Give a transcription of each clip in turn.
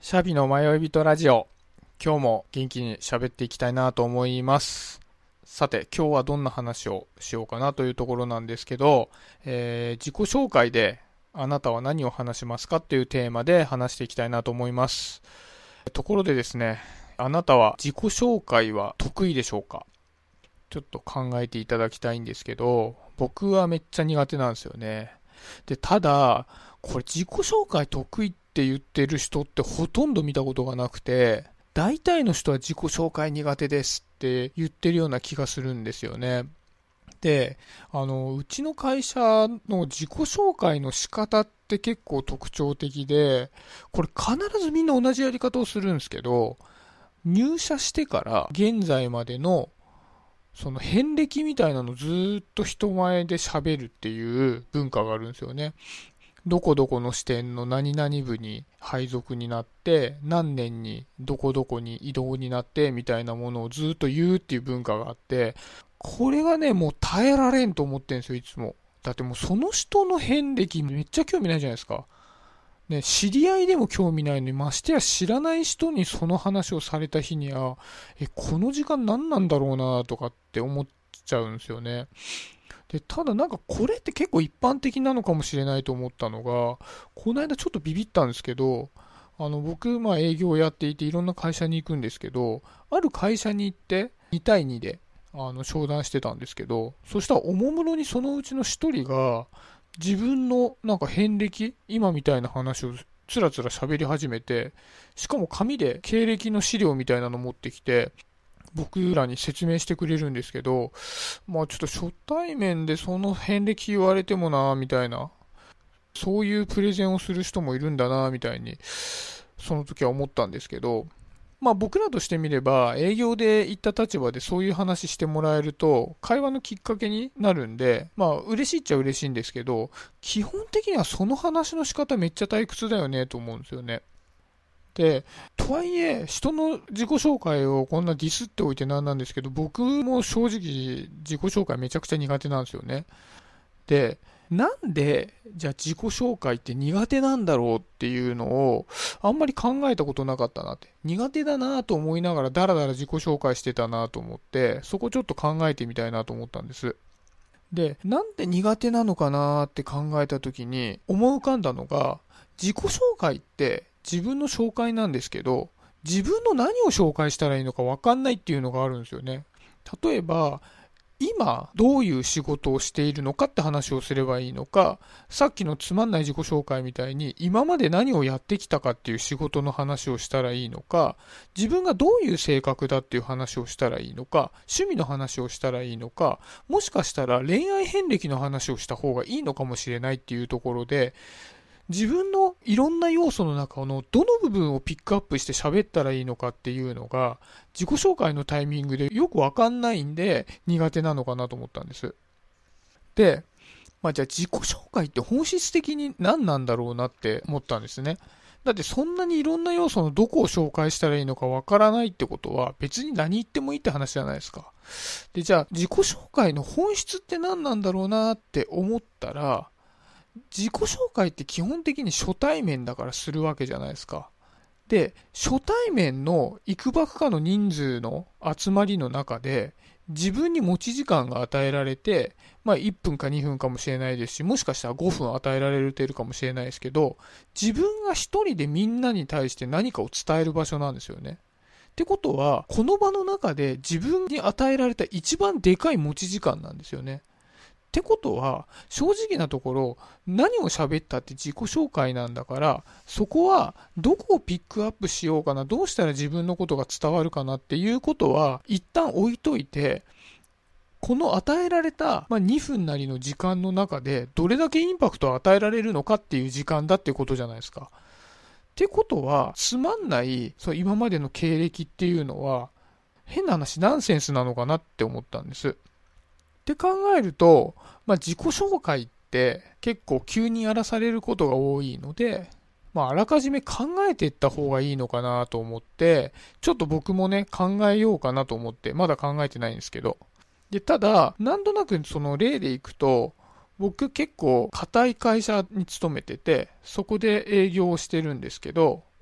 シャビの迷い人ラジオ。今日も元気に喋っていきたいなと思います。さて、今日はどんな話をしようかなというところなんですけど、自己紹介であなたは何を話しますかっていうテーマで話していきたいなと思います。ところでですね、あなたは自己紹介は得意でしょうか？ちょっと考えていただきたいんですけど、僕はめっちゃ苦手なんですよね。で、ただ、これ自己紹介得意って言ってる人ってほとんど見たことがなくて、大体の人は自己紹介苦手ですって言ってるような気がするんですよね。で、うちの会社の自己紹介の仕方って結構特徴的で、これ必ずみんな同じやり方をするんですけど、入社してから現在までのその遍歴みたいなのをずーっと人前で喋るっていう文化があるんですよね。どこどこの支店の何々部に配属になって、何年にどこどこに異動になってみたいなものをずっと言うっていう文化があって、これがね、もう耐えられんと思ってるんですよ、いつも。だってもうその人の遍歴めっちゃ興味ないじゃないですか。ね、知り合いでも興味ないのに、ましてや知らない人にその話をされた日には、この時間何なんだろうなとかって思っちゃうんですよね。で、ただなんかこれって結構一般的なのかもしれないと思ったのが、この間ちょっとビビったんですけど、僕、営業をやっていていろんな会社に行くんですけど、ある会社に行って2対2で、商談してたんですけど、そしたらおもむろにそのうちの1人が、自分のなんか遍歴、今みたいな話をつらつら喋り始めて、しかも紙で経歴の資料みたいなの持ってきて、僕らに説明してくれるんですけど、ちょっと初対面でその遍歴言われてもな、みたいな、そういうプレゼンをする人もいるんだな、みたいに、その時は思ったんですけど、僕らとしてみれば、営業で行った立場でそういう話してもらえると、会話のきっかけになるんで、嬉しいっちゃ嬉しいんですけど、基本的にはその話の仕方めっちゃ退屈だよね、と思うんですよね。で、とはいえ、人の自己紹介をこんなディスっておいてなんなんですけど、僕も正直自己紹介めちゃくちゃ苦手なんですよね。で、なんで、じゃあ自己紹介って苦手なんだろうっていうのを、あんまり考えたことなかったなって。苦手だなと思いながらダラダラ自己紹介してたなと思って、そこちょっと考えてみたいなと思ったんです。で、なんで苦手なのかなって考えた時に思い浮かんだのが、自己紹介って自分の紹介なんですけど、自分の何を紹介したらいいのか分かんないっていうのがあるんですよね。例えば、今どういう仕事をしているのかって話をすればいいのか、さっきのつまんない自己紹介みたいに今まで何をやってきたかっていう仕事の話をしたらいいのか、自分がどういう性格だっていう話をしたらいいのか、趣味の話をしたらいいのか、もしかしたら恋愛遍歴の話をした方がいいのかもしれないっていうところで、自分のいろんな要素の中のどの部分をピックアップして喋ったらいいのかっていうのが自己紹介のタイミングでよくわかんないんで苦手なのかなと思ったんです。で、じゃあ自己紹介って本質的に何なんだろうなって思ったんですね。だってそんなにいろんな要素のどこを紹介したらいいのかわからないってことは別に何言ってもいいって話じゃないですか。で、じゃあ自己紹介の本質って何なんだろうなって思ったら、自己紹介って基本的に初対面だからするわけじゃないですか。で、初対面のいくばくかの人数の集まりの中で、自分に持ち時間が与えられて、1分か2分かもしれないですし、もしかしたら5分与えられてるかもしれないですけど、自分が一人でみんなに対して何かを伝える場所なんですよね。ってことは、この場の中で自分に与えられた一番でかい持ち時間なんですよね。ってことは、正直なところ、何を喋ったって自己紹介なんだから、そこは、どこをピックアップしようかな、どうしたら自分のことが伝わるかなっていうことは、一旦置いといて、この与えられた、2分なりの時間の中で、どれだけインパクトを与えられるのかっていう時間だっていうことじゃないですか。ってことは、つまんない、今までの経歴っていうのは、変な話、ナンセンスなのかなって思ったんです。って考えると、自己紹介って結構急にやらされることが多いので、あらかじめ考えていった方がいいのかなと思って、ちょっと僕もね、考えようかなと思って、まだ考えてないんですけど。で、ただ、なんとなくその例でいくと、僕結構硬い会社に勤めてて、そこで営業をしてるんですけど、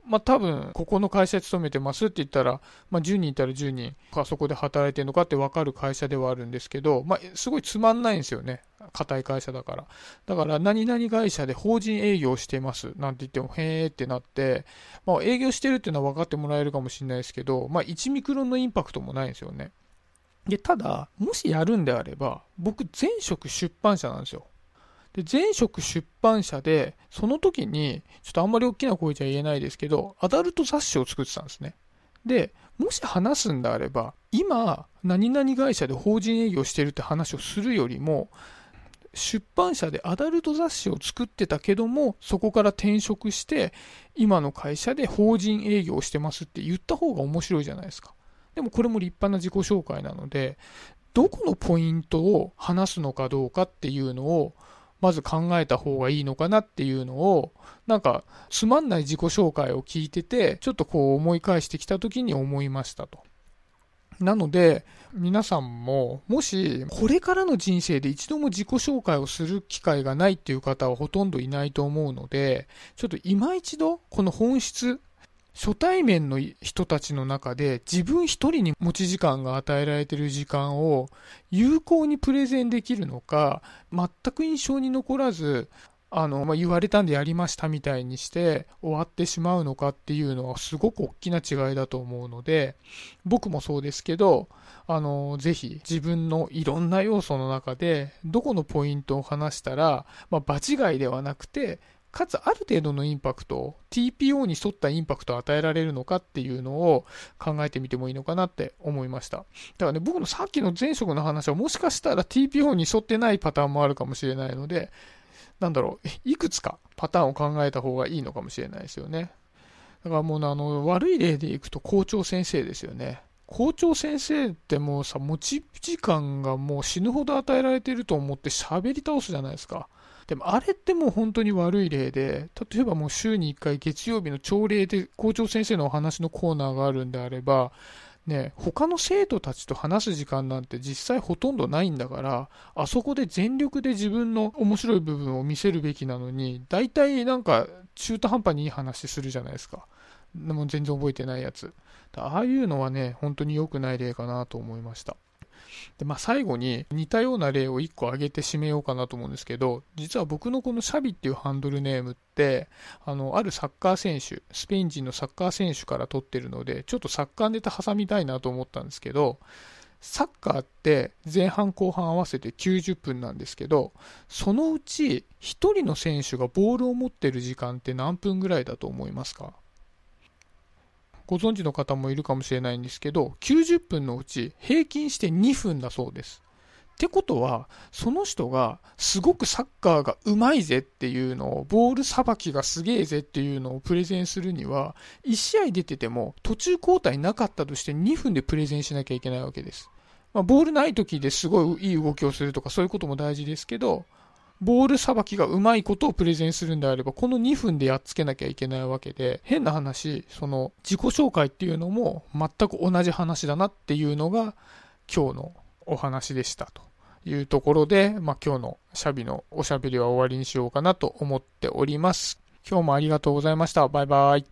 多分、ここの会社勤めてますって言ったら、10人いたら10人、あそこで働いてるのかって分かる会社ではあるんですけど、すごいつまんないんですよね。硬い会社だから。だから、何々会社で法人営業してます。なんて言っても、へーってなって、営業してるっていうのは分かってもらえるかもしれないですけど、1ミクロンのインパクトもないんですよね。で、ただ、もしやるんであれば、僕、前職出版社なんですよ。で、前職出版社で、その時に、ちょっとあんまり大きな声じゃ言えないですけど、アダルト雑誌を作ってたんですね。で、もし話すんであれば、今、何々会社で法人営業してるって話をするよりも、出版社でアダルト雑誌を作ってたけども、そこから転職して、今の会社で法人営業をしてますって言った方が面白いじゃないですか。でもこれも立派な自己紹介なので、どこのポイントを話すのかどうかっていうのを、まず考えた方がいいのかなっていうのを、つまんない自己紹介を聞いてて、ちょっと思い返してきた時に思いましたと。なので、皆さんも、もし、これからの人生で一度も自己紹介をする機会がないっていう方はほとんどいないと思うので、ちょっと今一度、この本質、初対面の人たちの中で自分一人に持ち時間が与えられている時間を有効にプレゼンできるのか、全く印象に残らず、言われたんでやりましたみたいにして終わってしまうのかっていうのはすごく大きな違いだと思うので、僕もそうですけど、ぜひ自分のいろんな要素の中でどこのポイントを話したら、場違いではなくて、かつある程度のインパクト、TPO に沿ったインパクトを与えられるのかっていうのを考えてみてもいいのかなって思いました。だからね、僕のさっきの前職の話はもしかしたら TPO に沿ってないパターンもあるかもしれないので、いくつかパターンを考えた方がいいのかもしれないですよね。だからもう悪い例でいくと校長先生ですよね。校長先生ってもうさ、持ち時間がもう死ぬほど与えられてると思って喋り倒すじゃないですか。でもあれってもう本当に悪い例で、例えばもう週に1回月曜日の朝礼で校長先生のお話のコーナーがあるんであれば、ね、他の生徒たちと話す時間なんて実際ほとんどないんだから、あそこで全力で自分の面白い部分を見せるべきなのに、大体中途半端にいい話するじゃないですか。でも全然覚えてないやつ。ああいうのはね、本当に良くない例かなと思いました。で、最後に似たような例を1個挙げて締めようかなと思うんですけど、実は僕のこのシャビっていうハンドルネームって、あるサッカー選手、スペイン人のサッカー選手から取ってるので、ちょっとサッカーネタ挟みたいなと思ったんですけど、サッカーって前半後半合わせて90分なんですけど、そのうち1人の選手がボールを持ってる時間って何分ぐらいだと思いますか？ご存知の方もいるかもしれないんですけど、90分のうち平均して2分だそうです。ってことは、その人がすごくサッカーが上手いぜっていうのを、ボールさばきがすげえぜっていうのをプレゼンするには、1試合出てても途中交代なかったとして2分でプレゼンしなきゃいけないわけです。ボールない時ですごいいい動きをするとかそういうことも大事ですけど、ボールさばきがうまいことをプレゼンするんであれば、この2分でやっつけなきゃいけないわけで、変な話、その自己紹介っていうのも全く同じ話だなっていうのが今日のお話でしたというところで、今日のシャビのおしゃべりは終わりにしようかなと思っております。今日もありがとうございました。バイバイ。